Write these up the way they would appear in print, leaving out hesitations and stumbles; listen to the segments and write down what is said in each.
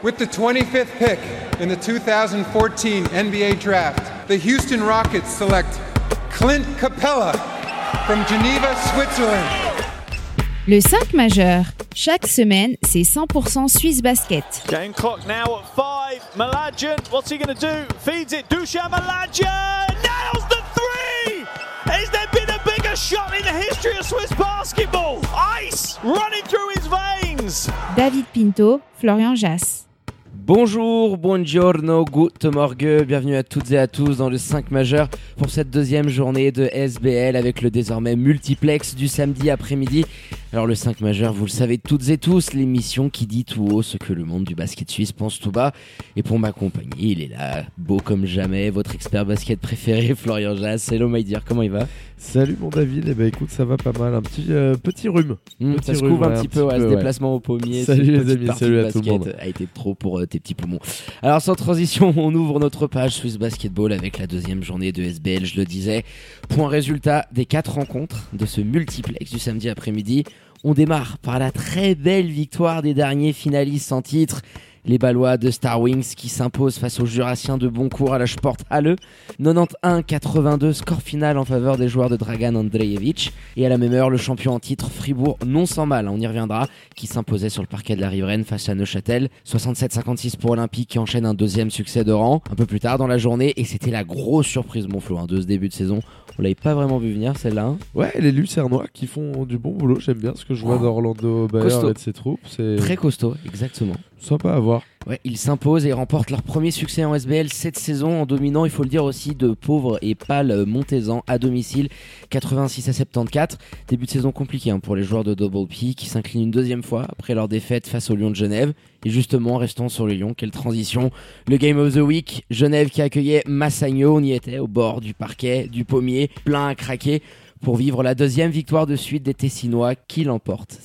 With the 25th pick in the 2014 NBA Draft, the Houston Rockets select Clint Capella from Geneva, Switzerland. Le 5 majeur. Chaque semaine, c'est 100% Suisse Basket. Game clock now at 5. Malajan, what's he going to do? Feeds it. Dusan Malajan nails the three! Has there been a bigger shot in the history of Swiss basketball? Ice running through his veins. David Pinto, Florian Jass. Bonjour, buongiorno, guten morgen, bienvenue à toutes et à tous dans le 5 majeur pour cette deuxième journée de SBL avec le désormais multiplex du samedi après-midi. Alors le 5 majeur, vous le savez toutes et tous, l'émission qui dit tout haut ce que le monde du basket suisse pense tout bas. Et pour m'accompagner, il est là, beau comme jamais, votre expert basket préféré, Florian Jass. Hello my dear, comment il va ? Salut mon David, eh ben écoute ça va pas mal, un petit rhume. Ça se couvre un petit peu, ce déplacement au pommier. Salut les amis, salut à tout le monde. A été trop pour tes petits poumons. Alors sans transition, on ouvre notre page Swiss Basketball avec la deuxième journée de SBL, je le disais. Point résultat des 4 rencontres de ce multiplex du samedi après-midi. On démarre par la très belle victoire des derniers finalistes en titre. Les Balois de Star Wings qui s'imposent face aux Jurassiens de Boncourt à la Sporthalle. 91-82, score final en faveur des joueurs de Dragan Andrejevic. Et à la même heure, le champion en titre Fribourg, non sans mal, on y reviendra, qui s'imposait sur le parquet de la Riveraine face à Neuchâtel. 67-56 pour Olympique qui enchaîne un deuxième succès de rang un peu plus tard dans la journée. Et c'était la grosse surprise, mon Flo, de ce début de saison. On l'avait pas vraiment vu venir celle-là. Ouais, les Lucernois qui font du bon boulot, j'aime bien ce que je vois d'Orlando Bayer et de ses troupes. C'est très costaud, exactement. Sympa à voir. Ouais, ils s'imposent et remportent leur premier succès en SBL cette saison en dominant, il faut le dire aussi, de pauvres et pâles Montezans à domicile, 86-74. Début de saison compliqué pour les joueurs de Double P qui s'inclinent une deuxième fois après leur défaite face au Lyon de Genève. Et justement, restons sur le Lyon, quelle transition. Le Game of the Week, Genève qui accueillait Massagno, on y était au bord du parquet, du pommier, plein à craquer, pour vivre la deuxième victoire de suite des Tessinois qui l'emportent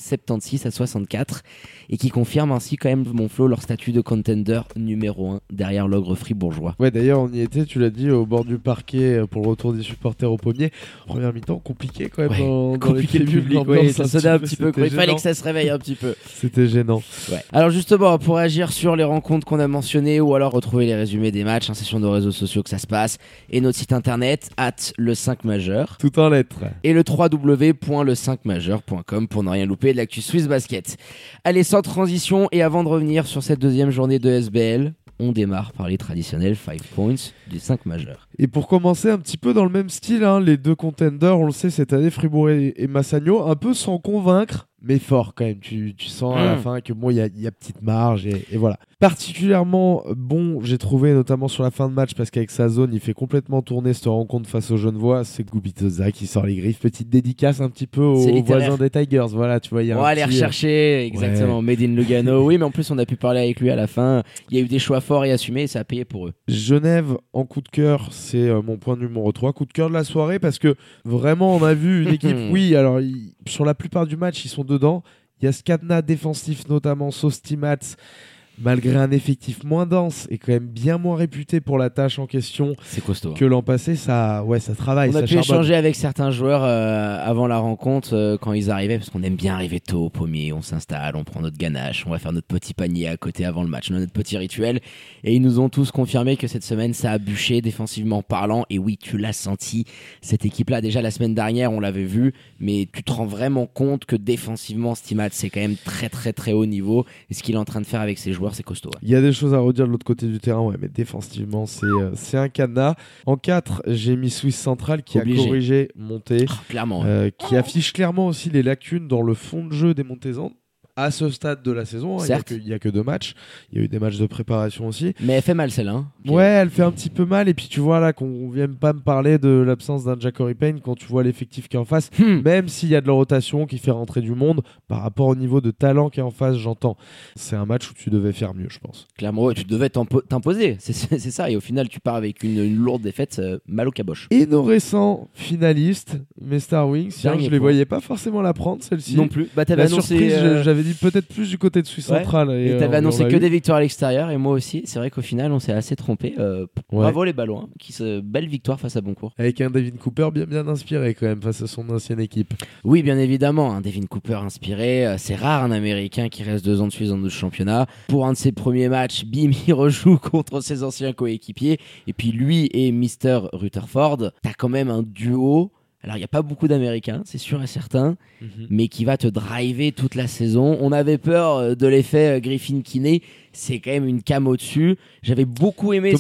76-64 et qui confirment ainsi quand même, mon Flo, leur statut de contender numéro 1 derrière l'ogre fribourgeois. Ouais, d'ailleurs on y était, tu l'as dit, au bord du parquet pour le retour des supporters au pommier. Première mi-temps compliqué quand même, dans compliqué le public, ça sonnait un petit peu, il fallait que ça se réveille un petit peu. C'était gênant. Ouais. Alors justement, pour réagir sur les rencontres qu'on a mentionnées ou alors retrouver les résumés des matchs, c'est sur nos réseaux sociaux que ça se passe et notre site internet le 5 majeur. Tout en lettres. Et le www.le5majeur.com pour ne rien louper de l'actu Swiss Basket. Allez, sans transition, et avant de revenir sur cette deuxième journée de SBL, on démarre par les traditionnels 5 points du 5 majeur. Et pour commencer un petit peu dans le même style, les deux contenders, on le sait cette année, Fribourg et Massagno, un peu sans convaincre, mais fort quand même. Tu sens à la fin que bon, il y a petite marge et voilà. Particulièrement bon, j'ai trouvé notamment sur la fin de match parce qu'avec sa zone, il fait complètement tourner cette rencontre face aux Genevois. C'est Gubitoza qui sort les griffes. Petite dédicace un petit peu aux voisins des Tigers. Voilà, tu vois, il y a on va aller rechercher exactement Made in Lugano. Oui, mais en plus on a pu parler avec lui à la fin. Il y a eu des choix forts et assumés et ça a payé pour eux. Genève en coup de cœur, c'est mon point numéro 3. Coup de cœur de la soirée parce que vraiment on a vu une équipe. Oui, alors sur la plupart du match ils sont dedans. Il y a ce cadenas défensif notamment Sostimats, malgré un effectif moins dense et quand même bien moins réputé pour la tâche en question. C'est costaud, que l'an passé. Ça travaille. On a pu échanger avec certains joueurs avant la rencontre quand ils arrivaient, parce qu'on aime bien arriver tôt au pommier, on s'installe, on prend notre ganache, on va faire notre petit panier à côté avant le match, notre petit rituel, et ils nous ont tous confirmé que cette semaine ça a bûché défensivement parlant. Et oui, tu l'as senti, cette équipe là déjà la semaine dernière on l'avait vu, mais tu te rends vraiment compte que défensivement Stimats c'est quand même très très très haut niveau, et ce qu'il est en train de faire avec ses joueurs c'est costaud. Il y a des choses à redire de l'autre côté du terrain, mais défensivement c'est un cadenas. En 4, j'ai mis Swiss Central qui a corrigé Monté, clairement, qui affiche clairement aussi les lacunes dans le fond de jeu des Montezans. À ce stade de la saison, il n'y a que 2 matchs. Il y a eu des matchs de préparation aussi. Mais elle fait mal celle-là. Ouais, elle fait un petit peu mal. Et puis tu vois là qu'on vient pas me parler de l'absence d'un Jacory Payne quand tu vois l'effectif qui est en face. Même s'il y a de la rotation qui fait rentrer du monde, par rapport au niveau de talent qui est en face, j'entends. C'est un match où tu devais faire mieux, je pense. Clairement, ouais, tu devais t'imposer. C'est ça. Et au final, tu pars avec une lourde défaite, mal au caboche. Et nos récents finalistes, mes Star Wings, je les voyais pas forcément la prendre celle-ci. Non plus. Bah, la surprise, j'avais dit dit peut-être plus du côté de Suisse centrale. Et t'avais annoncé que des victoires à l'extérieur, et moi aussi. C'est vrai qu'au final, on s'est assez trompé. Bravo les Ballois, belle victoire face à Boncourt. Avec un Devin Cooper bien inspiré quand même face à son ancienne équipe. Oui, bien évidemment, un Devin Cooper inspiré. C'est rare un Américain qui reste 2 ans de Suisse dans notre championnat. Pour un de ses premiers matchs, bim, il rejoue contre ses anciens coéquipiers. Et puis lui et Mr. Rutherford, t'as quand même un duo. Alors, il n'y a pas beaucoup d'Américains, c'est sûr et certain, mais qui va te driver toute la saison. On avait peur de l'effet Griffin-Kinney. C'est quand même une came au-dessus. J'avais beaucoup aimé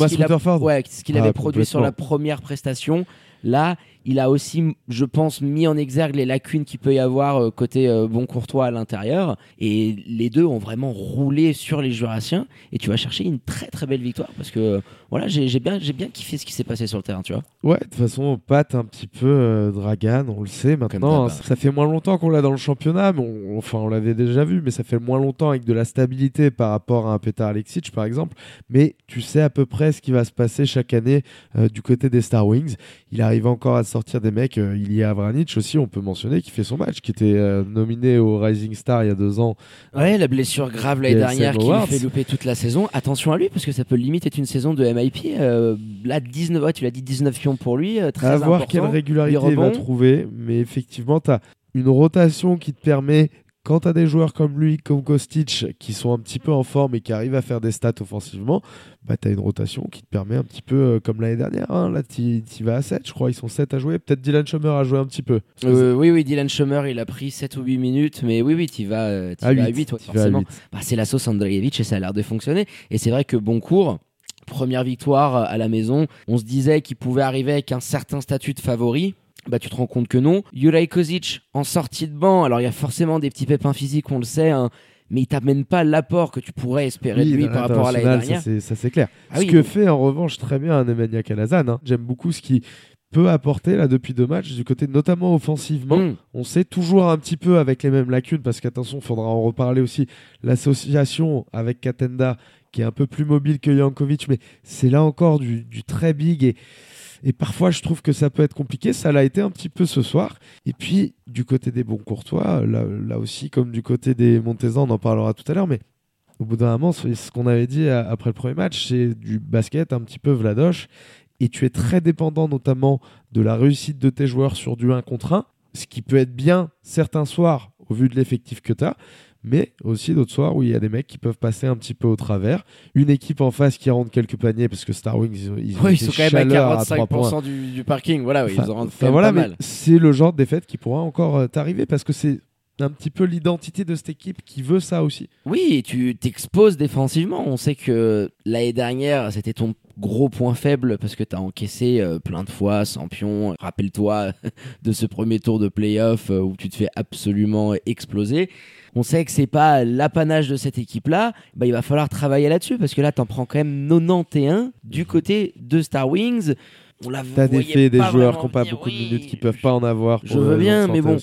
ce qu'il avait produit sur la première prestation. Là, il a aussi, je pense, mis en exergue les lacunes qu'il peut y avoir côté Boncourtois à l'intérieur. Et les deux ont vraiment roulé sur les Jurassiens. Et tu vas chercher une très très belle victoire parce que voilà, j'ai bien kiffé ce qui s'est passé sur le terrain, tu vois. Ouais, de toute façon, Pat un petit peu Dragan, on le sait maintenant. Ça fait moins longtemps qu'on l'a dans le championnat, mais on l'avait déjà vu, mais ça fait moins longtemps avec de la stabilité par rapport à un Petar Aleksic par exemple. Mais tu sais à peu près ce qui va se passer chaque année du côté des Star Wings. Il arrive encore à sortir des mecs. Il y a Vranic aussi, on peut mentionner, qui fait son match, qui était nominé au Rising Star il y a 2 ans. Ouais, la blessure grave l'année dernière qui lui fait louper toute la saison. Attention à lui, parce que ça peut limite être une saison de MIP. Là, 19, ouais, tu l'as dit, 19 pions pour lui. Très à important. voir quelle régularité il va trouver. Mais effectivement, tu as une rotation qui te permet, quand tu as des joueurs comme lui, comme Kostic, qui sont un petit peu en forme et qui arrivent à faire des stats offensivement, bah, tu as une rotation qui te permet un petit peu, comme l'année dernière, hein, là tu vas à 7, je crois, ils sont 7 à jouer, peut-être Dylan Schomer a joué un petit peu. Oui, Dylan Schomer, il a pris 7 ou 8 minutes, mais oui, tu vas à 8, ouais, forcément. Bah, c'est la sauce Andreevich et ça a l'air de fonctionner. Et c'est vrai que Boncourt, première victoire à la maison, on se disait qu'il pouvait arriver avec un certain statut de favori. Bah, tu te rends compte que non. Juraj Kozic en sortie de banc, alors il y a forcément des petits pépins physiques, on le sait, hein, mais il t'amène pas l'apport que tu pourrais espérer de lui par rapport à l'année dernière. Ça c'est clair. Que fait en revanche très bien Nemanja Kalazan. Hein. J'aime beaucoup ce qu'il peut apporter là depuis 2 matchs, du côté notamment offensivement. On sait toujours un petit peu avec les mêmes lacunes, parce qu'attention, il faudra en reparler aussi, l'association avec Katenda, qui est un peu plus mobile que Jankovic, mais c'est là encore du très big et parfois je trouve que ça peut être compliqué. Ça l'a été un petit peu ce soir. Et puis du côté des Boncourtois, là aussi comme du côté des Montezans, on en parlera tout à l'heure, mais au bout d'un moment, ce qu'on avait dit après le premier match, c'est du basket un petit peu Vladoche, et tu es très dépendant notamment de la réussite de tes joueurs sur du 1 contre 1, ce qui peut être bien certains soirs au vu de l'effectif que tu as, mais aussi d'autres soirs où il y a des mecs qui peuvent passer un petit peu au travers. Une équipe en face qui rentre quelques paniers, parce que Star Wings, ils sont quand même à 45% du parking. Voilà, ils en rentrent pas mal. C'est le genre de défaite qui pourra encore t'arriver, parce que c'est un petit peu l'identité de cette équipe qui veut ça aussi. Oui, et tu t'exposes défensivement. On sait que l'année dernière, c'était ton gros point faible parce que tu as encaissé plein de fois sans pion. Rappelle-toi de ce premier tour de play-off où tu te fais absolument exploser. On sait que c'est pas l'apanage de cette équipe-là. Bah, il va falloir travailler là-dessus, parce que là, tu en prends quand même 91 du côté de Star Wings. T'as des joueurs qui n'ont pas beaucoup de minutes, qui peuvent pas en avoir. Je veux bien, mais bon.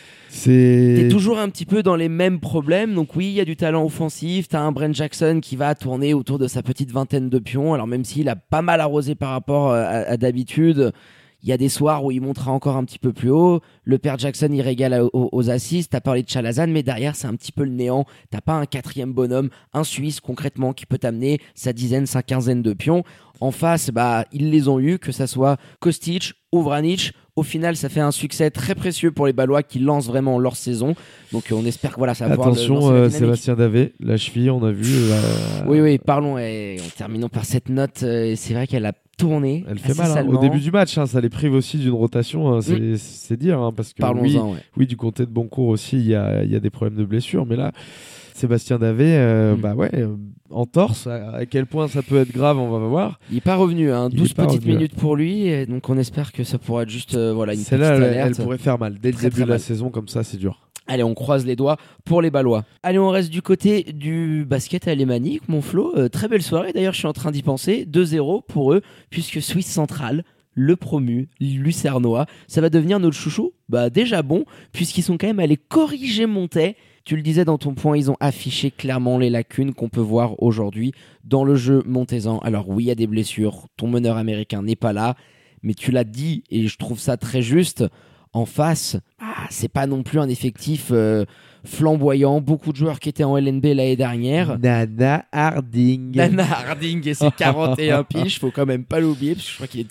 T'es toujours un petit peu dans les mêmes problèmes. Donc oui, il y a du talent offensif. T'as un Brent Jackson qui va tourner autour de sa petite vingtaine de pions. Alors même s'il a pas mal arrosé par rapport à d'habitude, il y a des soirs où il montera encore un petit peu plus haut. Le père Jackson, il régale aux assists. T'as parlé de Chalazan, mais derrière, c'est un petit peu le néant. T'as pas un 4e bonhomme, un Suisse concrètement, qui peut t'amener sa quinzaine de pions. En face, bah, ils les ont eu, que ça soit Kostic ou Vranic. Au final, ça fait un succès très précieux pour les Ballois qui lancent vraiment leur saison. Donc on espère que voilà, ça va pouvoir lancer la dynamique. Attention, Sébastien Davé, la cheville, on a vu. Oui, parlons. Et en terminant par cette note, c'est vrai qu'elle a tourné. Elle fait mal au début du match, hein, ça les prive aussi d'une rotation, hein, c'est dire, hein, parce que oui, du côté de Boncourt aussi, il y a des problèmes de blessure, mais là, Sébastien Davé, en torse, à quel point ça peut être grave, on va voir. Il n'est pas revenu, 12 petites minutes pour lui, et donc on espère que ça pourra être juste une petite alerte. Elle pourrait faire mal, dès le début de la saison, comme ça, c'est dur. Allez, on croise les doigts pour les Ballois. Allez, on reste du côté du basket alémanique, mon Flo. Très belle soirée, d'ailleurs, je suis en train d'y penser. 2-0 pour eux, puisque Suisse Centrale, le promu, Lucernois, ça va devenir notre chouchou. Bah, déjà bon, puisqu'ils sont quand même allés corriger Montais. Tu le disais dans ton point, ils ont affiché clairement les lacunes qu'on peut voir aujourd'hui dans le jeu montaisan. Alors oui, il y a des blessures, ton meneur américain n'est pas là, mais tu l'as dit, et je trouve ça très juste. En face, c'est pas non plus un effectif flamboyant, beaucoup de joueurs qui étaient en LNB l'année dernière. Nana Harding Et ses 41 piges, faut quand même pas l'oublier parce que je crois qu'il est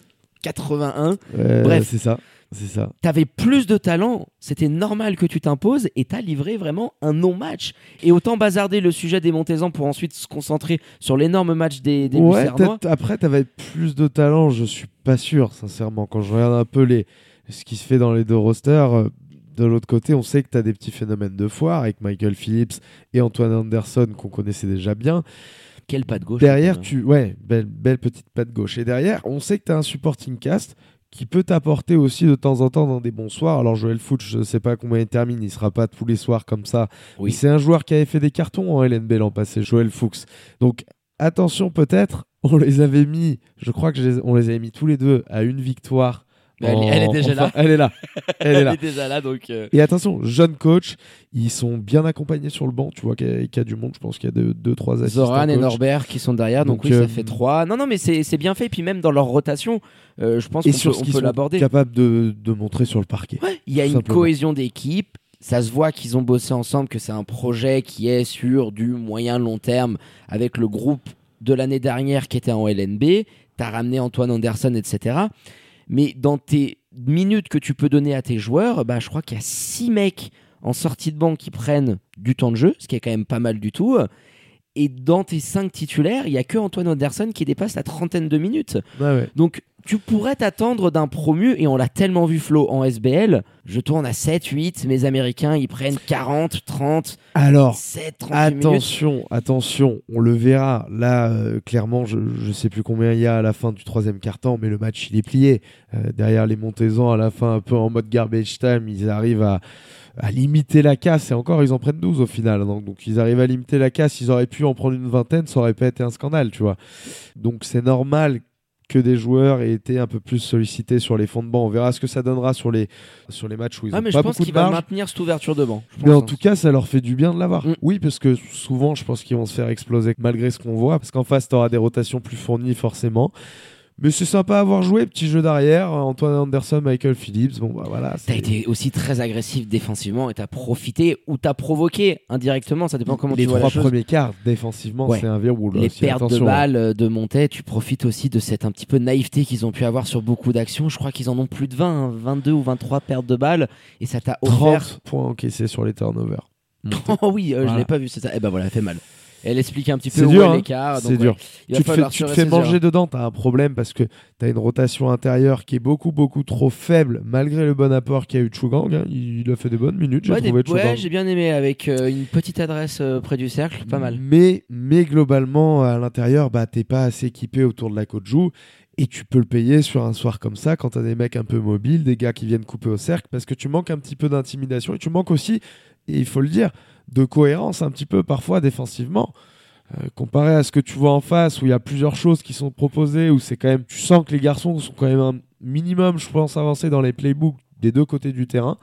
81. Bref, c'est ça. T'avais plus de talent, c'était normal que tu t'imposes et t'as livré vraiment un non-match. Et autant bazarder le sujet des Montezans pour ensuite se concentrer sur l'énorme match des Lucernois. Après, t'avais plus de talent, je suis pas sûr, sincèrement. Quand je regarde un peu ce qui se fait dans les deux rosters, de l'autre côté, on sait que t'as des petits phénomènes de foire avec Michael Phillips et Antoine Anderson qu'on connaissait déjà bien. Quel pas de gauche. Derrière, belle petite patte gauche. Et derrière, on sait que t'as un supporting cast qui peut t'apporter aussi de temps en temps dans des bons soirs. Alors Joël Fuchs, je ne sais pas combien il termine, il ne sera pas tous les soirs comme ça. Oui. C'est un joueur qui avait fait des cartons en LNB l'an passé, Joël Fuchs. Donc attention peut-être, on les avait mis, je crois que on les avait mis tous les deux à une victoire. Elle est déjà là. Elle est là. Elle est déjà là. Donc Et attention, jeune coach, ils sont bien accompagnés sur le banc. Tu vois qu'il y a du monde. Je pense qu'il y a 2-3 assistants. Zoran et Norbert qui sont derrière. Donc oui, ça fait 3. Non, mais c'est bien fait. Et puis même dans leur rotation, je pense qu'on peut l'aborder. Capable de montrer sur le parquet. Ouais, il y a une cohésion d'équipe. Ça se voit qu'ils ont bossé ensemble, que c'est un projet qui est sur du moyen long terme avec le groupe de l'année dernière qui était en LNB. T'as ramené Antoine Anderson, etc. Mais dans tes minutes que tu peux donner à tes joueurs, je crois qu'il y a 6 mecs en sortie de banc qui prennent du temps de jeu, ce qui est quand même pas mal du tout. Et dans tes 5 titulaires, il n'y a que Antoine Anderson qui dépasse la 30aine de minutes. Ouais. Donc tu pourrais t'attendre d'un promu, et on l'a tellement vu Flo en SBL, je tourne à 7, 8, mes Américains ils prennent 40, 30, alors, 7, 38 minutes. Attention, on le verra. Là, clairement, je ne sais plus combien il y a à la fin du 3e quart-temps, mais le match il est plié. Derrière les Montezans, à la fin, un peu en mode garbage time, ils arrivent à limiter la casse, et encore ils en prennent 12 au final, donc ils arrivent à limiter la casse. Ils auraient pu en prendre une vingtaine, ça aurait pas été un scandale, tu vois. Donc c'est normal que des joueurs aient été un peu plus sollicités sur les fonds de banc. On verra ce que ça donnera sur les matchs où ils ont pas beaucoup de marge. Mais je pense qu'il va maintenir cette ouverture de banc. Mais en tout cas, ça leur fait du bien de l'avoir. Oui, parce que souvent, je pense qu'ils vont se faire exploser malgré ce qu'on voit, parce qu'en face, tu auras des rotations plus fournies forcément. Mais c'est sympa à avoir joué, petit jeu d'arrière, Antoine Anderson, Michael Phillips, voilà. T'as été aussi très agressif défensivement et t'as profité ou t'as provoqué indirectement, ça dépend comment tu vois la chose. Les 3 premiers quarts, défensivement, c'est un verrou. Les pertes de balles de Montet, tu profites aussi de cette un petit peu naïveté qu'ils ont pu avoir sur beaucoup d'actions. Je crois qu'ils en ont plus de 20, 22 ou 23 pertes de balles, et ça t'a offert 30 points encaissés sur les turnovers. Oh oui, je l'ai pas vu, c'est ça. Et voilà, elle fait mal. Elle explique un petit peu où est l'écart. C'est dur. Tu te fais manger dedans, t'as un problème parce que t'as une rotation intérieure qui est beaucoup trop faible malgré le bon apport qu'a eu Chugang. Il a fait des bonnes minutes, j'ai trouvé Chugang. Ouais, j'ai bien aimé avec une petite adresse près du cercle, pas mal. Mais globalement, à l'intérieur, t'es pas assez équipé autour de la Koju. Et tu peux le payer sur un soir comme ça quand t'as des mecs un peu mobiles, des gars qui viennent couper au cercle, parce que tu manques un petit peu d'intimidation et tu manques aussi, et il faut le dire, de cohérence un petit peu parfois défensivement. Comparé à ce que tu vois en face, où il y a plusieurs choses qui sont proposées, où c'est quand même, tu sens que les garçons sont quand même un minimum, je pense, avancés dans les playbooks des deux côtés du terrain.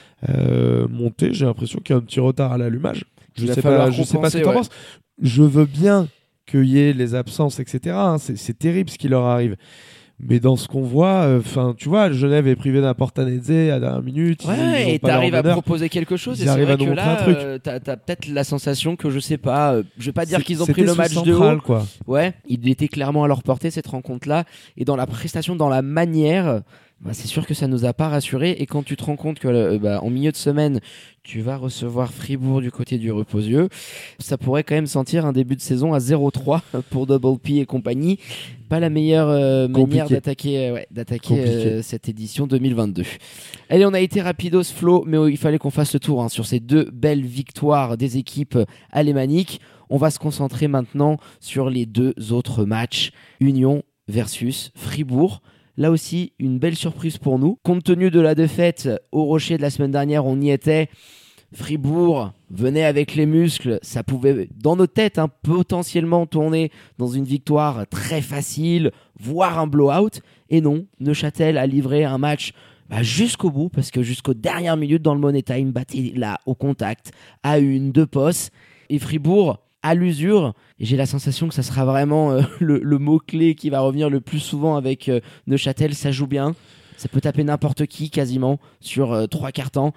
Monté, j'ai l'impression qu'il y a un petit retard à l'allumage. Je sais pas ce que tu en penses. Je veux bien qu'il y ait les absences, etc. C'est terrible ce qui leur arrive. Mais dans ce qu'on voit, tu vois, Genève est privé d'un Portanezze à la dernière minute. Ouais, et t'arrives à proposer quelque chose. Et c'est vrai que là, t'as peut-être la sensation que, je sais pas, je vais pas dire qu'ils ont pris le match de haut. Quoi. Ouais, il était clairement à leur portée cette rencontre-là. Et dans la prestation, dans la manière, c'est sûr que ça nous a pas rassurés. Et quand tu te rends compte que en milieu de semaine, tu vas recevoir Fribourg du côté du Reposieux, ça pourrait quand même sentir un début de saison à 0-3 pour Double P et compagnie. Pas la meilleure manière d'attaquer cette édition 2022. Allez, on a été rapidos, Flo, mais il fallait qu'on fasse le tour sur ces 2 belles victoires des équipes alémaniques. On va se concentrer maintenant sur les 2 autres matchs. Union versus Fribourg. Là aussi, une belle surprise pour nous. Compte tenu de la défaite au Rocher de la semaine dernière, on y était. Fribourg venait avec les muscles. Ça pouvait, dans nos têtes, potentiellement tourner dans une victoire très facile, voire un blowout. Et non, Neuchâtel a livré un match jusqu'au bout, parce que jusqu'aux dernières minutes dans le Money Time, battait là, au contact, à 2 postes. Et Fribourg, à l'usure, et j'ai la sensation que ça sera vraiment le mot-clé qui va revenir le plus souvent avec Neuchâtel. Ça joue bien, ça peut taper n'importe qui quasiment sur 3 quarts temps.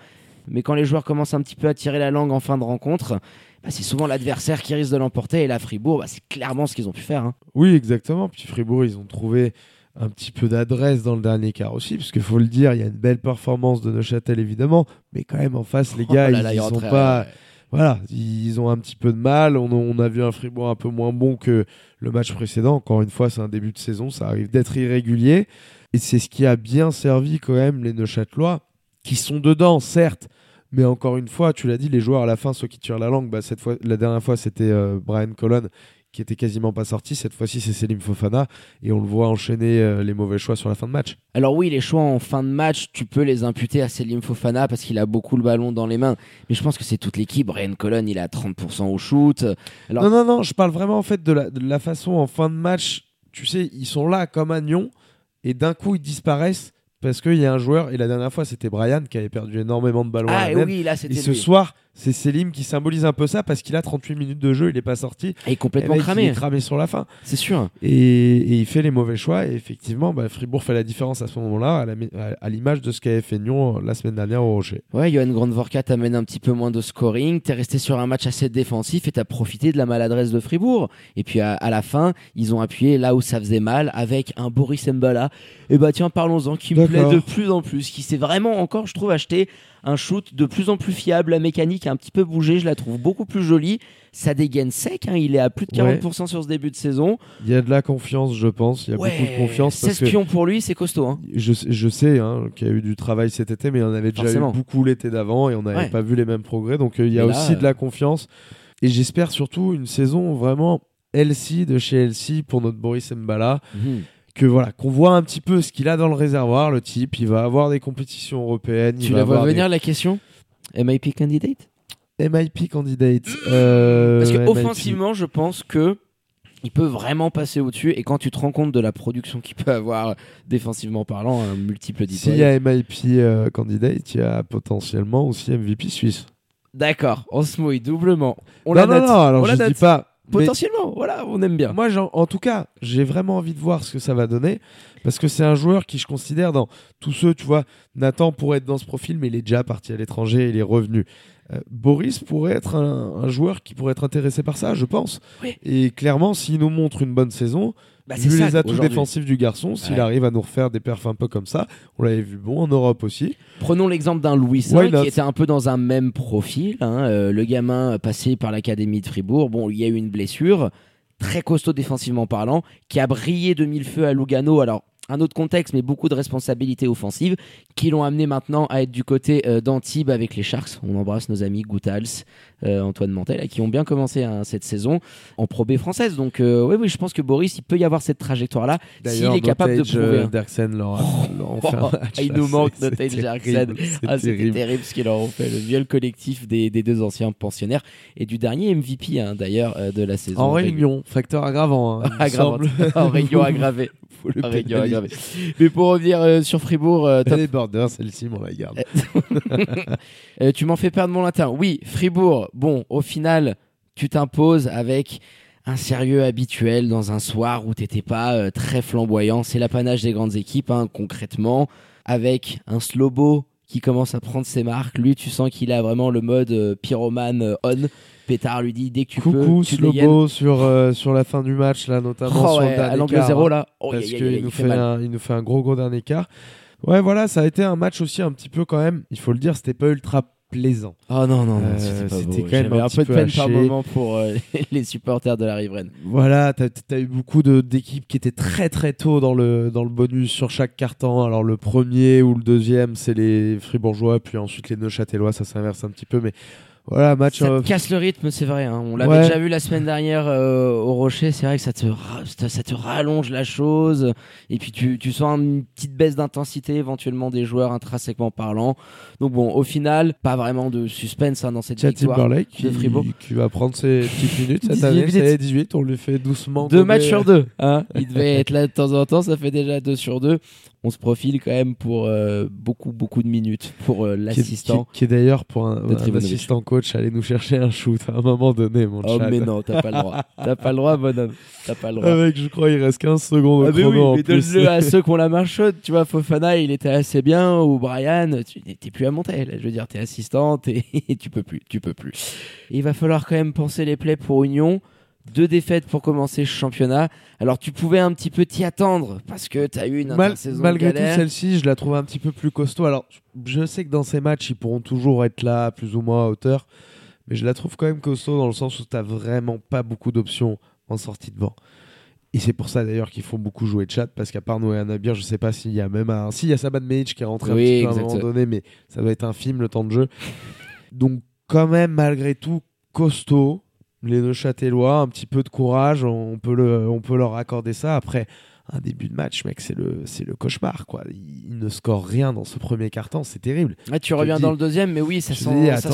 mais quand les joueurs commencent un petit peu à tirer la langue en fin de rencontre, c'est souvent l'adversaire qui risque de l'emporter. Et là, Fribourg, c'est clairement ce qu'ils ont pu faire. Oui, exactement. Puis Fribourg, ils ont trouvé un petit peu d'adresse dans le dernier quart aussi, parce qu'il faut le dire, il y a une belle performance de Neuchâtel évidemment, mais quand même en face, les gars, ils sont pas... Ouais. Voilà, ils ont un petit peu de mal. On a vu un Fribourg un peu moins bon que le match précédent. Encore une fois, c'est un début de saison, ça arrive d'être irrégulier. Et c'est ce qui a bien servi quand même les Neuchâtelois, qui sont dedans, certes, mais encore une fois, tu l'as dit, les joueurs à la fin, ceux qui tirent la langue, cette fois, la dernière fois, c'était Brian Colon, qui était quasiment pas sorti. Cette fois-ci, c'est Selim Fofana, et on le voit enchaîner les mauvais choix sur la fin de match. Alors oui, les choix en fin de match, tu peux les imputer à Selim Fofana parce qu'il a beaucoup le ballon dans les mains, mais je pense que c'est toute l'équipe. Brian Colon, il a 30% au shoot. Alors... Non, je parle vraiment en fait de la façon en fin de match, tu sais, ils sont là comme à Nyon, et d'un coup, ils disparaissent parce qu'il y a un joueur, et la dernière fois, c'était Brian qui avait perdu énormément de ballons à la oui, là, c'était et ce soir, c'est Selim qui symbolise un peu ça parce qu'il a 38 minutes de jeu, il n'est pas sorti. Et il est complètement cramé. Il est cramé sur la fin. C'est sûr. Et il fait les mauvais choix. Et effectivement, Fribourg fait la différence à ce moment-là, à l'image de ce qu'avait fait Nyon la semaine dernière au Rocher. Ouais, Johan Grandvorka t'amène un petit peu moins de scoring. T'es resté sur un match assez défensif et t'as profité de la maladresse de Fribourg. Et puis à la fin, ils ont appuyé là où ça faisait mal avec un Boris Mbala. Et tiens, parlons-en, qui me plaît de plus en plus, qui s'est vraiment encore, je trouve, acheté un shoot de plus en plus fiable. La mécanique a un petit peu bougé, je la trouve beaucoup plus jolie. Ça dégaine sec, il est à plus de 40% sur ce début de saison. Il y a de la confiance, je pense. Il y a beaucoup de confiance. 16 pions pour lui, c'est costaud. Je sais qu'il y a eu du travail cet été, mais il y en avait déjà eu beaucoup l'été d'avant et on n'avait pas vu les mêmes progrès. Donc il y a aussi de la confiance. Et j'espère surtout une saison vraiment LC de chez LC pour notre Boris Mbala. Qu'on voit un petit peu ce qu'il a dans le réservoir, le type. Il va avoir des compétitions européennes. Tu la vois venir la question MIP candidate MIP candidate. Parce que offensivement, je pense que il peut vraiment passer au-dessus. Et quand tu te rends compte de la production qu'il peut avoir défensivement parlant, un multiple d'idées. S'il y a MIP candidate, il y a potentiellement aussi MVP suisse. D'accord, on se mouille doublement. Non, alors je dis pas. Potentiellement, voilà, on aime bien. Moi, en tout cas, j'ai vraiment envie de voir ce que ça va donner parce que c'est un joueur qui, je considère, dans tous ceux, tu vois, Nathan pourrait être dans ce profil, mais il est déjà parti à l'étranger, il est revenu. Boris pourrait être un joueur qui pourrait être intéressé par ça, je pense. Oui. Et clairement, s'il nous montre une bonne saison, vu les atouts défensifs du garçon, s'il arrive à nous refaire des perfs un peu comme ça, on l'avait vu en Europe aussi. Prenons l'exemple d'un Louis V qui était un peu dans un même profil. Le gamin passé par l'académie de Fribourg, il y a eu une blessure, très costaud défensivement parlant, qui a brillé de mille feux à Lugano. Alors, un autre contexte, mais beaucoup de responsabilités offensives qui l'ont amené maintenant à être du côté d'Antibes avec les Sharks. On embrasse nos amis Goutals, Antoine Mantel, qui ont bien commencé cette saison en Pro B française. Donc oui, je pense que Boris, il peut y avoir cette trajectoire-là s'il est capable de prouver. Derksen il nous manque Notage Derksen. C'était terrible ce qu'ils leur ont fait. Le viol collectif des deux anciens pensionnaires et du dernier MVP d'ailleurs de la saison. En réunion, facteur aggravant. En réunion aggravée. Mais pour revenir sur Fribourg, les borders, celle-ci, on la garde. Tu m'en fais perdre mon latin. Oui, Fribourg, au final, tu t'imposes avec un sérieux habituel dans un soir où t'étais pas très flamboyant. C'est l'apanage des grandes équipes, concrètement, avec un Slobo qui commence à prendre ses marques. Lui, tu sens qu'il a vraiment le mode pyromane on. Pétard lui dit dès que tu peux. Coucou Slobo sur la fin du match là, notamment sur le dernier à l'angle 0 là. Parce qu'il nous fait un gros dernier quart. Ouais, voilà, ça a été un match aussi un petit peu quand même. Il faut le dire, c'était pas ultra plaisant. Oh non, c'était quand même un peu de peine par moment pour les supporters de la riveraine. Voilà, t'as eu beaucoup d'équipes qui étaient très très tôt dans le bonus sur chaque carton. Alors le premier ou le deuxième, c'est les Fribourgeois, puis ensuite les Neuchâtelois, ça s'inverse un petit peu, mais voilà, match. Ça te casse le rythme, c'est vrai. On l'avait déjà vu la semaine dernière au Rocher. C'est vrai que ça te rallonge la chose. Et puis tu sens une petite baisse d'intensité éventuellement des joueurs intrinsèquement parlant. Donc au final, pas vraiment de suspense dans cette victoire de Fribourg. Qui va prendre ses petites minutes cette année. C'est 18, on lui fait doucement. 2 matchs sur 2. Il devait être là de temps en temps, ça fait déjà 2 sur 2. On se profile quand même pour beaucoup de minutes pour l'assistant. Qui est d'ailleurs pour un assistant coach coach, allez nous chercher un shoot à un moment donné, mon Oh chat. mais non, t'as pas le droit. T'as pas le droit, bonhomme. T'as pas le droit. Avec, je crois, il reste 15 secondes au Ah mais chrono oui, en mais plus. donne-le à ceux qui ont la main chaude. Tu vois, Fofana, il était assez bien, ou Brian, tu n'es plus à monter. Là, je veux dire, t'es assistante et tu peux plus. Et il va falloir quand même penser les plays pour Union. 2 défaites pour commencer ce championnat. Alors tu pouvais un petit peu t'y attendre parce que t'as eu une intersaison Malgré tout, galère. celle-ci, je la trouve un petit peu plus costaud. Alors, je sais que dans ces matchs, ils pourront toujours être là, plus ou moins à hauteur. Mais je la trouve quand même costaud dans le sens où t'as vraiment pas beaucoup d'options en sortie de banc. Et c'est pour ça d'ailleurs qu'ils font beaucoup jouer Tchad, parce qu'à part Noé Nabir, je sais pas s'il y a même un... Si, il y a Saban Mehic qui est rentré un petit peu à un moment donné, mais ça doit être infime le temps de jeu. Donc quand même, malgré tout, costaud. Les Neuchâtelois, un petit peu de courage, on peut leur accorder ça. Après, un début de match, mec, c'est le cauchemar, quoi. Ils ne scorent rien dans ce premier quart-temps, c'est terrible. Ouais, tu reviens dans le deuxième, mais oui, ça sent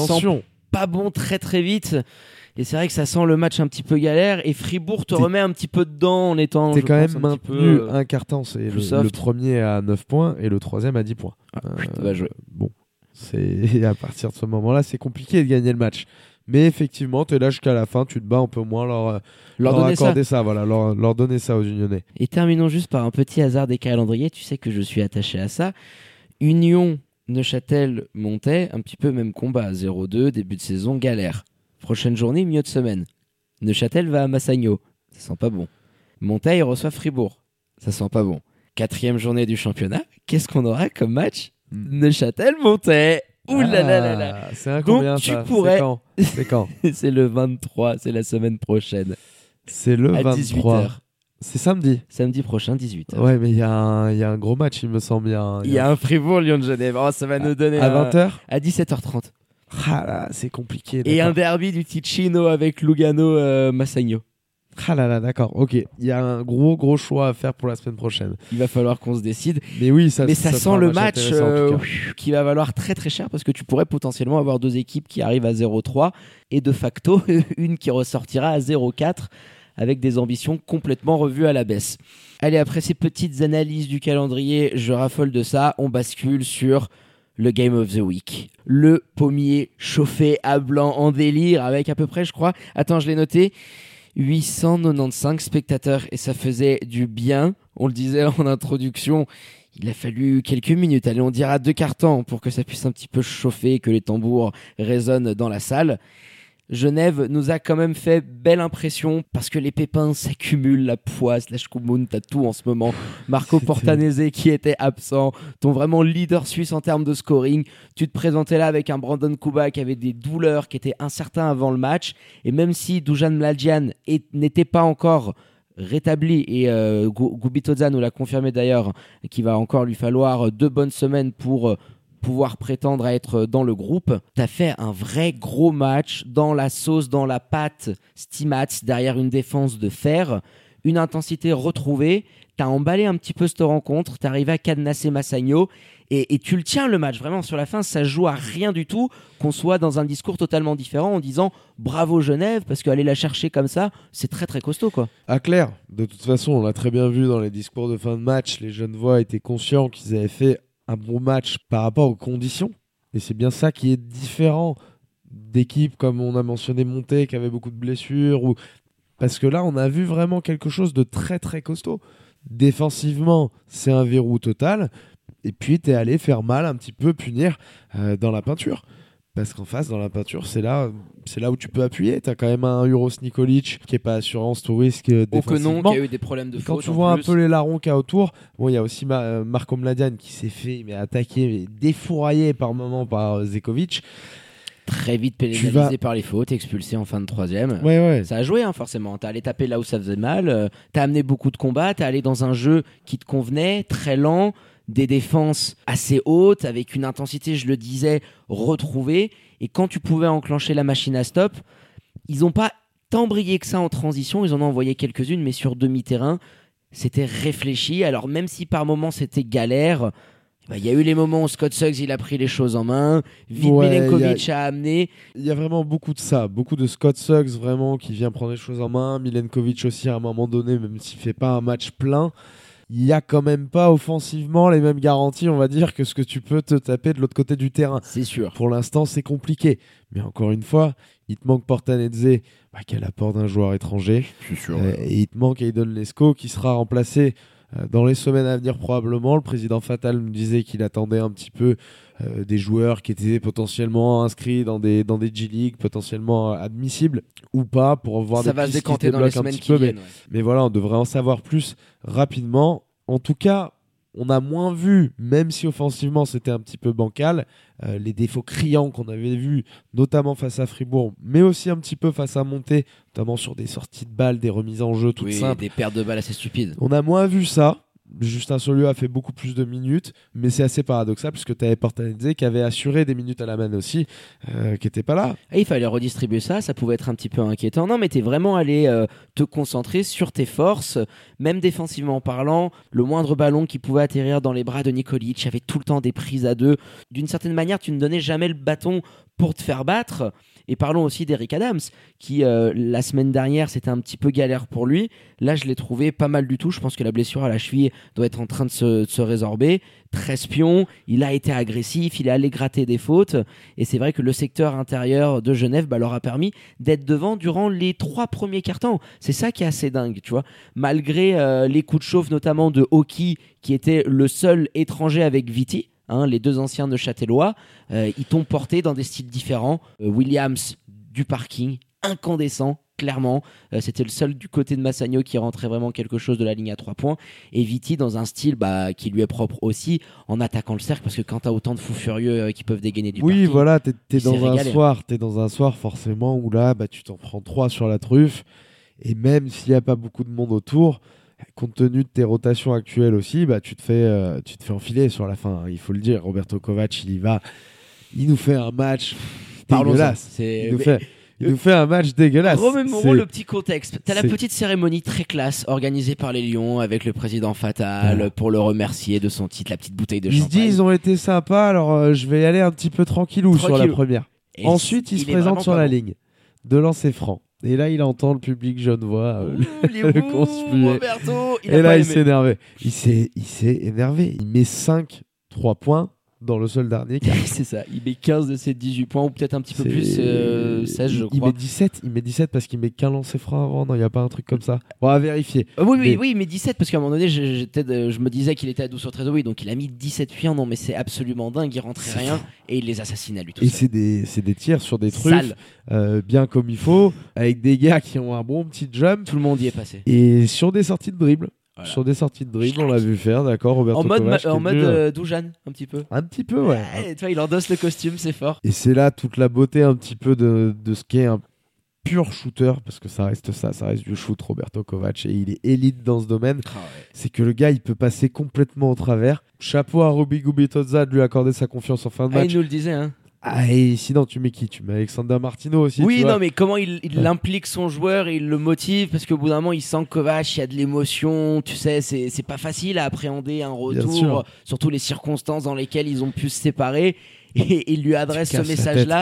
pas bon très très vite. Et c'est vrai que ça sent le match un petit peu galère. Et Fribourg te remet un petit peu dedans en étant. T'es quand même maintenu un quart-temps. C'est le premier à 9 points et le troisième à 10 points. Va jouer. Bon, c'est à partir de ce moment-là, c'est compliqué de gagner le match. Mais effectivement, tu es là jusqu'à la fin, tu te bats, on peut moins leur accorder ça, voilà, leur donner ça aux Unionnais. Et terminons juste par un petit hasard des calendriers, tu sais que je suis attaché à ça. Union, Neuchâtel, Montaix, un petit peu même combat, 0-2, début de saison, galère. Prochaine journée, milieu de semaine. Neuchâtel va à Massagno, ça sent pas bon. Montaix reçoit Fribourg, ça sent pas bon. 4e journée du championnat, qu'est-ce qu'on aura comme match ? Neuchâtel-Montaix. Ouh là là là là. C'est un combien donc, ça pourrais... C'est quand C'est le 23, c'est la semaine prochaine. C'est le à 23. 18h. C'est samedi. Samedi prochain, 18h. Ouais, mais il y a un gros match, il me semble. Il y a un Fribourg-Lyon de Genève. Oh, ça va nous donner à 20h à 17h30. Ah là, c'est compliqué. Et un derby du Ticino avec Lugano-Massagno. Ah là là, d'accord, ok. Il y a un gros choix à faire pour la semaine prochaine. Il va falloir qu'on se décide. Mais oui, ça sent le match qui va valoir très très cher parce que tu pourrais potentiellement avoir 2 équipes qui arrivent à 0-3 et de facto une qui ressortira à 0-4 avec des ambitions complètement revues à la baisse. Allez, après ces petites analyses du calendrier, je raffole de ça, on bascule sur le Game of the Week. Le pommier chauffé à blanc en délire avec à peu près, je crois, attends, je l'ai noté, 895 spectateurs et ça faisait du bien. On le disait en introduction, il a fallu quelques minutes, allez on dira 2 quarts temps pour que ça puisse un petit peu chauffer, que les tambours résonnent dans la salle. Genève nous a quand même fait belle impression parce que les pépins s'accumulent, la poisse, la Schkumun, t'as tout en ce moment. Marco Portanese qui était absent, ton vraiment leader suisse en termes de scoring. Tu te présentais là avec un Brandon Kuba qui avait des douleurs, qui était incertain avant le match. Et même si Dujan Mladjian n'était pas encore rétabli, et Gubitoza nous l'a confirmé d'ailleurs, qu'il va encore lui falloir 2 bonnes semaines pour pouvoir prétendre à être dans le groupe. T'as fait un vrai gros match dans la sauce, dans la pâte Stimats, derrière une défense de fer, une intensité retrouvée. T'as emballé un petit peu cette rencontre, t'es arrivé à cadenasser Massagno et tu le tiens le match. Vraiment, sur la fin, ça joue à rien du tout qu'on soit dans un discours totalement différent en disant bravo Genève, parce qu'aller la chercher comme ça, c'est très très costaud, quoi. Ah, clair. De toute façon, on l'a très bien vu dans les discours de fin de match, les Genevois étaient conscients qu'ils avaient fait un bon match par rapport aux conditions. Et c'est bien ça qui est différent d'équipes comme on a mentionné Montaix qui avait beaucoup de blessures. Parce que là, on a vu vraiment quelque chose de très très costaud. Défensivement, c'est un verrou total. Et puis, t'es allé faire mal un petit peu, punir dans la peinture. Parce qu'en face, dans la peinture, c'est là où tu peux appuyer. T'as quand même un Uros Nikolic qui est pas assurance tout risque défensivement. Auquenon qui a eu des problèmes de faute. Quand tu vois un peu les larrons qu'il y a autour, bon, il y a aussi Marco Mladjian qui s'est fait attaquer, défouraillé par moment par Zekovic. Très vite pénalisé par les fautes, expulsé en fin de 3e. Ouais. Ça a joué, hein, forcément. T'as allé taper là où ça faisait mal. T'as amené beaucoup de combats. T'as allé dans un jeu qui te convenait, très lent, des défenses assez hautes, avec une intensité, je le disais, retrouvée. Et quand tu pouvais enclencher la machine à stop, ils n'ont pas tant brillé que ça en transition. Ils en ont envoyé quelques-unes, mais sur demi-terrain, c'était réfléchi. Alors même si par moments c'était galère, il y a eu les moments où Scott Suggs il a pris les choses en main, Milenkovic a amené. Il y a vraiment beaucoup de ça, beaucoup de Scott Suggs vraiment qui vient prendre les choses en main, Milenkovic aussi à un moment donné, même s'il fait pas un match plein. il y a quand même pas offensivement les mêmes garanties, on va dire, que ce que tu peux te taper de l'autre côté du terrain. C'est sûr. Pour l'instant, c'est compliqué. Mais encore une fois, il te manque Portanezze, qui a l'apport d'un joueur étranger. C'est sûr. Et il te manque Aiden Lesko, qui sera remplacé dans les semaines à venir probablement. Le président Fatal nous disait qu'il attendait un petit peu des joueurs qui étaient potentiellement inscrits dans des G-League, potentiellement admissibles ou pas, pour voir ça des va se pistes qui décanter se dans les débloquent un semaines petit qui peu. viennent. Mais voilà, on devrait en savoir plus rapidement. En tout cas, on a moins vu, même si offensivement c'était un petit peu bancal, les défauts criants qu'on avait vus, notamment face à Fribourg, mais aussi un petit peu face à Monté, notamment sur des sorties de balles, des remises en jeu toutes simples. Des pertes de balles assez stupides. On a moins vu ça. Justin Solieu a fait beaucoup plus de minutes, mais c'est assez paradoxal puisque tu avais Portanezze qui avait assuré des minutes à la main aussi, qui n'était pas là. Et il fallait redistribuer ça pouvait être un petit peu inquiétant. Non, mais t'es vraiment allé te concentrer sur tes forces, même défensivement parlant. Le moindre ballon qui pouvait atterrir dans les bras de Nikolic, il y avait tout le temps des prises à deux. D'une certaine manière, tu ne donnais jamais le bâton pour te faire battre. Et parlons aussi d'Eric Adams, qui la semaine dernière, c'était un petit peu galère pour lui. Là, je l'ai trouvé pas mal du tout. Je pense que la blessure à la cheville doit être en train de se résorber. Très espion, il a été agressif, il est allé gratter des fautes. Et c'est vrai que le secteur intérieur de Genève leur a permis d'être devant durant les 3 premiers quarts-temps. C'est ça qui est assez dingue, tu vois. Malgré les coups de chauffe, notamment de Hockey, qui était le seul étranger avec Viti. Les 2 anciens neuchâtelois, ils t'ont porté dans des styles différents. Williams du parking, incandescent, clairement. C'était le seul du côté de Massagno qui rentrait vraiment quelque chose de la ligne à 3 points. Et Viti dans un style qui lui est propre aussi, en attaquant le cercle, parce que quand tu as autant de fous furieux qui peuvent dégainer du parking... Oui, voilà, t'es dans un soir forcément où là, tu t'en prends 3 sur la truffe. Et même s'il n'y a pas beaucoup de monde autour... Compte tenu de tes rotations actuelles aussi, tu te fais enfiler sur la fin. Il faut le dire, Roberto Kovac, il nous fait un match dégueulasse. Il nous fait un match dégueulasse. Remémorons le petit contexte. T'as la petite cérémonie très classe organisée par les Lions avec le président Fatal pour le remercier de son titre, la petite bouteille de champagne. Il se dit ils ont été sympas, alors je vais y aller un petit peu tranquillou sur la première. Et ensuite, il se présente sur la ligne de lancer franc. Et là, il entend le public genevois le conspuer. Roberto, et là, il s'est énervé. Il s'est énervé. Il met 3 points dans le seul dernier quart. C'est ça. Il met 15 de ses 18 points, ou peut-être un petit peu plus, 16, je crois. Il met 17 parce qu'il met qu'un lancer franc avant. Non, il n'y a pas un truc comme ça. On va vérifier. Oui, il met 17 parce qu'à un moment donné, je me disais qu'il était à 12 sur 13. Oui, donc il a mis 17 points. Non, mais c'est absolument dingue. Il rentrait rien et il les assassine à lui tout seul. Et c'est des tirs sur des truffes, bien comme il faut, avec des gars qui ont un bon petit jump. Tout le monde y est passé. Et sur des sorties de dribble. Voilà. Sur des sorties de dribble, on l'a vu faire, d'accord, Roberto Kovac. En mode Dujan, un petit peu. Un petit peu, ouais. Tu vois, il endosse le costume, c'est fort. Et c'est là toute la beauté un petit peu de ce qu'est un pur shooter, parce que ça reste du shoot, Roberto Kovac, et il est élite dans ce domaine. C'est que le gars, il peut passer complètement au travers. Chapeau à Roby Gubitoza de lui accorder sa confiance en fin de match. Il nous le disait, hein. Et sinon, tu mets qui ? Tu mets Alexander Martino aussi. Oui, non, mais comment il implique son joueur et il le motive, parce qu'au bout d'un moment, il sent que Kovac, il y a de l'émotion, tu sais, c'est pas facile à appréhender un retour, surtout les circonstances dans lesquelles ils ont pu se séparer. Et il lui adresse ce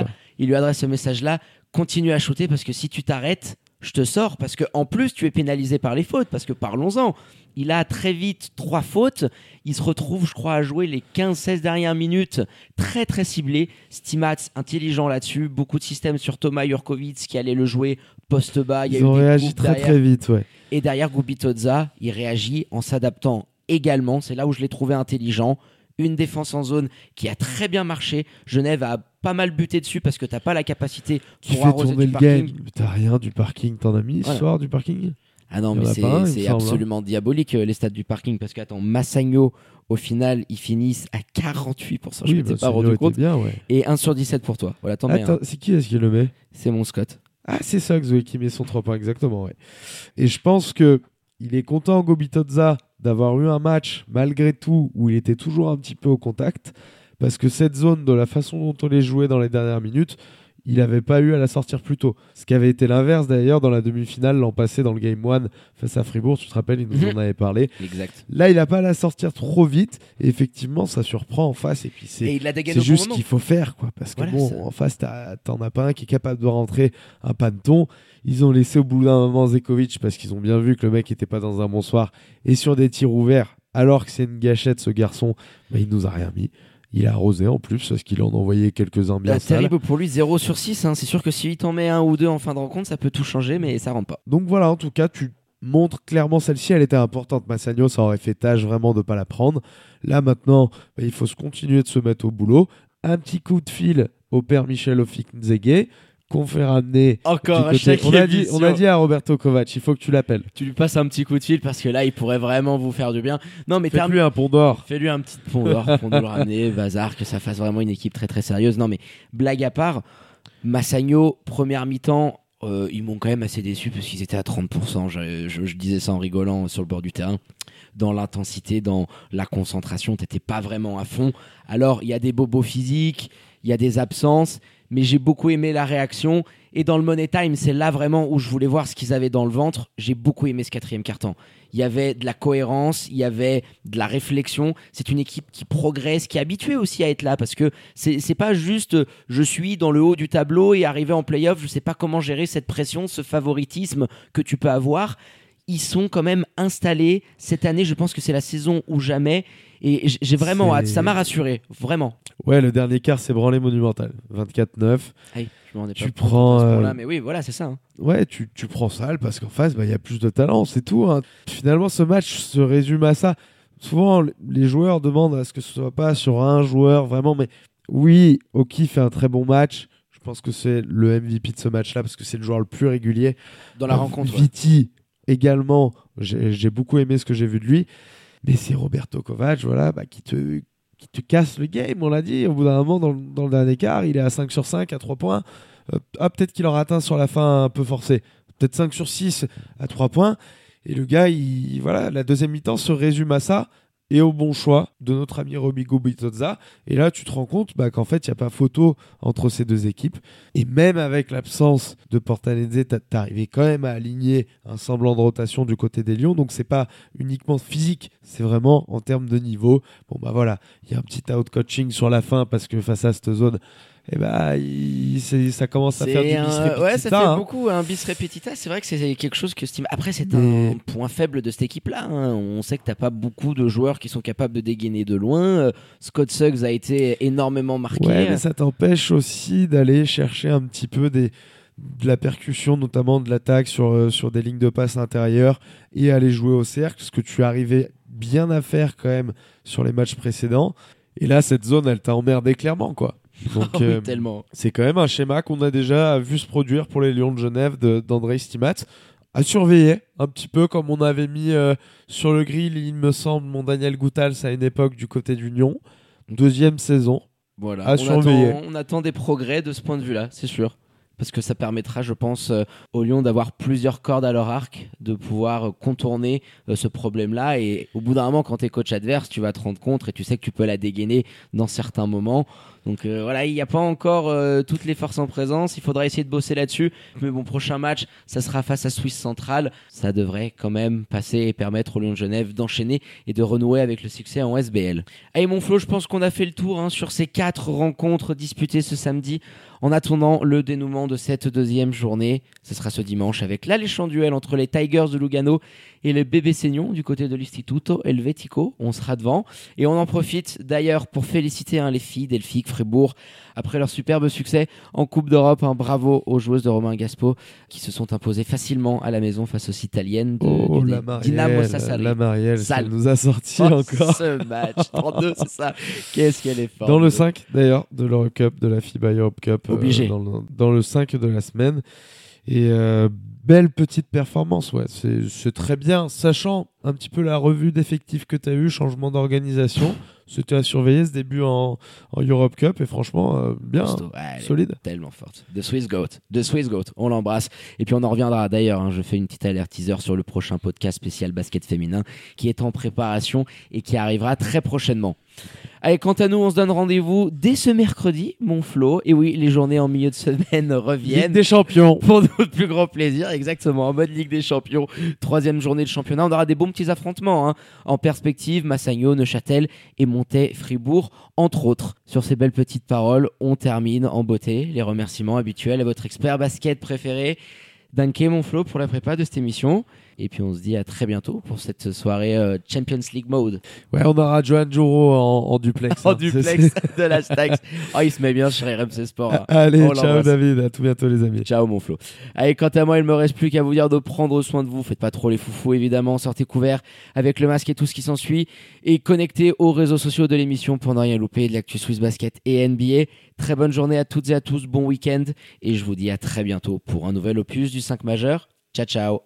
message-là. Continue à shooter, parce que si tu t'arrêtes, je te sors, parce que en plus tu es pénalisé par les fautes, parce que parlons-en, il a très vite 3 fautes, il se retrouve je crois à jouer les 15-16 dernières minutes très très ciblé. Stimats intelligent là-dessus, beaucoup de systèmes sur Thomas Jurkovic qui allait le jouer poste bas, ils ont réagi très vite, ouais. Et derrière Gubitoza, il réagit en s'adaptant également, c'est là où je l'ai trouvé intelligent. Une défense en zone qui a très bien marché. Genève a pas mal buté dessus parce que t'as pas la capacité pour arroser du parking. Game. T'as rien du parking, t'en as mis ce soir du parking ? Ah non, mais c'est absolument diabolique les stats du parking, parce qu'attends, Massagno au final ils finissent à 48%, je ne m'étais pas rendu compte, bien, ouais. Et 1 sur 17 pour toi. Voilà, c'est qui est-ce qui le met ? C'est mon Scott. Ah, c'est Suggs qui met son 3 points, exactement, ouais. Et je pense que il est content, Gubitoza, d'avoir eu un match, malgré tout, où il était toujours un petit peu au contact, parce que cette zone, de la façon dont on les jouait dans les dernières minutes, il n'avait pas eu à la sortir plus tôt. Ce qui avait été l'inverse, d'ailleurs, dans la demi-finale l'an passé, dans le Game 1, face à Fribourg, tu te rappelles, il nous en avait parlé. Exact. Là, il n'a pas à la sortir trop vite, et effectivement, ça surprend en face, et puis c'est juste ce qu'il faut faire, quoi, parce que en face, t'en as pas un qui est capable de rentrer un panneton. Ils ont laissé au bout d'un moment Zekovic parce qu'ils ont bien vu que le mec n'était pas dans un bon soir. Et sur des tirs ouverts, alors que c'est une gâchette ce garçon, il nous a rien mis. Il a arrosé en plus parce qu'il en a envoyé quelques-uns bien sales. Terrible pour lui, 0 sur 6. C'est sûr que s'il t'en met un ou deux en fin de rencontre, ça peut tout changer, mais ça rentre pas. Donc voilà, en tout cas, tu montres clairement celle-ci, elle était importante. Massagno, ça aurait fait tâche vraiment de ne pas la prendre. Là maintenant, il faut continuer de se mettre au boulot. Un petit coup de fil au père Michel Ofinzege qu'on fait ramener encore à côté... chaque on a dit à Roberto Kovac, il faut que tu l'appelles. Tu lui passes un petit coup de fil parce que là il pourrait vraiment vous faire du bien. Non mais fais-lui un pont d'or. Fais-lui un petit pont d'or pour nous le ramener, Vazar, que ça fasse vraiment une équipe très très sérieuse. Non mais blague à part, Massagno première mi-temps, ils m'ont quand même assez déçu parce qu'ils étaient à 30%. Je disais ça en rigolant sur le bord du terrain. Dans l'intensité, dans la concentration, t'étais pas vraiment à fond. Alors il y a des bobos physiques, il y a des absences, mais j'ai beaucoup aimé la réaction. Et dans le Money Time, c'est là vraiment où je voulais voir ce qu'ils avaient dans le ventre. J'ai beaucoup aimé ce quatrième quart-temps. Il y avait de la cohérence, il y avait de la réflexion. C'est une équipe qui progresse, qui est habituée aussi à être là, parce que c'est pas juste je suis dans le haut du tableau et arrivé en play-off, je sais pas comment gérer cette pression, ce favoritisme que tu peux avoir. Ils sont quand même installés. Cette année, je pense que c'est la saison ou jamais. Et j'ai vraiment hâte. Ça m'a rassuré, vraiment. Ouais, le dernier quart, c'est branlé monumental. 24-9. Aïe, je me rendais tu pas prends. Là, mais oui, voilà, c'est ça. Hein. Ouais, tu prends ça parce qu'en face, il y a plus de talent, c'est tout. Hein. Finalement, ce match se résume à ça. Souvent, les joueurs demandent à ce que ce soit pas sur un joueur vraiment. Mais oui, Oki fait un très bon match. Je pense que c'est le MVP de ce match-là parce que c'est le joueur le plus régulier. Dans la rencontre. Viti également. J'ai beaucoup aimé ce que j'ai vu de lui. Mais c'est Roberto Kovac, voilà, qui te casse le game, on l'a dit. Au bout d'un moment, dans le dernier quart, il est à 5 sur 5, à 3 points. Peut-être qu'il en rate un sur la fin un peu forcé. Peut-être 5 sur 6 à 3 points. Et le gars, voilà, la deuxième mi-temps se résume à ça. Et au bon choix de notre ami Robigo Bitozza. Et là, tu te rends compte qu'en fait, il n'y a pas photo entre ces deux équipes. Et même avec l'absence de Portanese, tu arrivé quand même à aligner un semblant de rotation du côté des Lions. Donc, c'est pas uniquement physique, c'est vraiment en termes de niveau. Bon, voilà, il y a un petit out-coaching sur la fin parce que face à cette zone, ça commence à faire du bis repetita. Ouais, ça fait beaucoup un bis repetita. C'est vrai que c'est quelque chose que après c'est un point faible de cette équipe-là. Hein. On sait que t'as pas beaucoup de joueurs qui sont capables de dégainer de loin. Scott Suggs a été énormément marqué. Ouais, mais ça t'empêche aussi d'aller chercher un petit peu de la percussion, notamment de l'attaque sur des lignes de passe intérieures et aller jouer au cercle, ce que tu arrivais bien à faire quand même sur les matchs précédents. Et là, cette zone, elle t'a emmerdé clairement, quoi. Donc, oui, tellement. C'est quand même un schéma qu'on a déjà vu se produire pour les Lions de Genève d'André Stimat. À surveiller un petit peu comme on avait mis sur le grill, il me semble, mon Daniel Goutals à une époque du côté d'Union. Deuxième saison. Voilà. À surveiller. On attend des progrès de ce point de vue-là, c'est sûr. Parce que ça permettra, je pense, aux Lions d'avoir plusieurs cordes à leur arc, de pouvoir contourner ce problème-là. Et au bout d'un moment, quand tu es coach adverse, tu vas te rendre compte et tu sais que tu peux la dégainer dans certains moments. Donc voilà, il n'y a pas encore toutes les forces en présence. Il faudra essayer de bosser là-dessus. Mais bon, prochain match, ça sera face à Suisse Centrale. Ça devrait quand même passer et permettre aux Lions de Genève d'enchaîner et de renouer avec le succès en SBL. Allez, mon Flo, je pense qu'on a fait le tour sur ces 4 rencontres disputées ce samedi. En attendant le dénouement de cette deuxième journée, ce sera ce dimanche avec l'alléchant duel entre les Tigers de Lugano et le Bébé Seignon du côté de l'Istituto Helvético. On sera devant et on en profite d'ailleurs pour féliciter les filles d'Elphick Fribourg après leur superbe succès en Coupe d'Europe. Bravo aux joueuses de Romain Gaspo qui se sont imposées facilement à la maison face aux Italiennes de Dinamo Sassari. La Marielle, ça nous a sorti encore. Ce match 32, c'est ça. Qu'est-ce qu'elle est forte. Dans le 5 d'ailleurs de l'Europe Cup, de la FIBA Europe Cup. Obligé. Dans le 5 de la semaine. Et belle petite performance, ouais. C'est très bien, sachant un petit peu la revue d'effectifs que tu as eu, changement d'organisation. C'était à surveiller ce début en Europe Cup et franchement, bien, solide. Tellement forte. The Swiss Goat, on l'embrasse. Et puis on en reviendra d'ailleurs, je fais une petite alerte teaser sur le prochain podcast spécial basket féminin qui est en préparation et qui arrivera très prochainement. Allez, quant à nous, on se donne rendez-vous dès ce mercredi, mon Flo. Et oui, les journées en milieu de semaine reviennent. Ligue des Champions. Pour notre plus grand plaisir, exactement. En mode Ligue des Champions, 3e journée de championnat. On aura des bons petits affrontements en perspective. Massagno, Neuchâtel et Montet, Fribourg, entre autres. Sur ces belles petites paroles, on termine en beauté. Les remerciements habituels à votre expert basket préféré. Danke, mon Flo, pour la prépa de cette émission. Et puis on se dit à très bientôt pour cette soirée Champions League Mode. Ouais, on aura Johan Joro en duplex. En duplex de la Stax. Oh, il se met bien sur RMC Sport. Hein. Allez, ciao David, à tout bientôt les amis. Ciao mon Flo. Allez, quant à moi, il me reste plus qu'à vous dire de prendre soin de vous. Faites pas trop les foufous évidemment, sortez couverts avec le masque et tout ce qui s'ensuit. Et connectez aux réseaux sociaux de l'émission pour ne rien louper de l'actu Swiss Basket et NBA. Très bonne journée à toutes et à tous, bon week-end. Et je vous dis à très bientôt pour un nouvel opus du 5 majeur. Ciao ciao.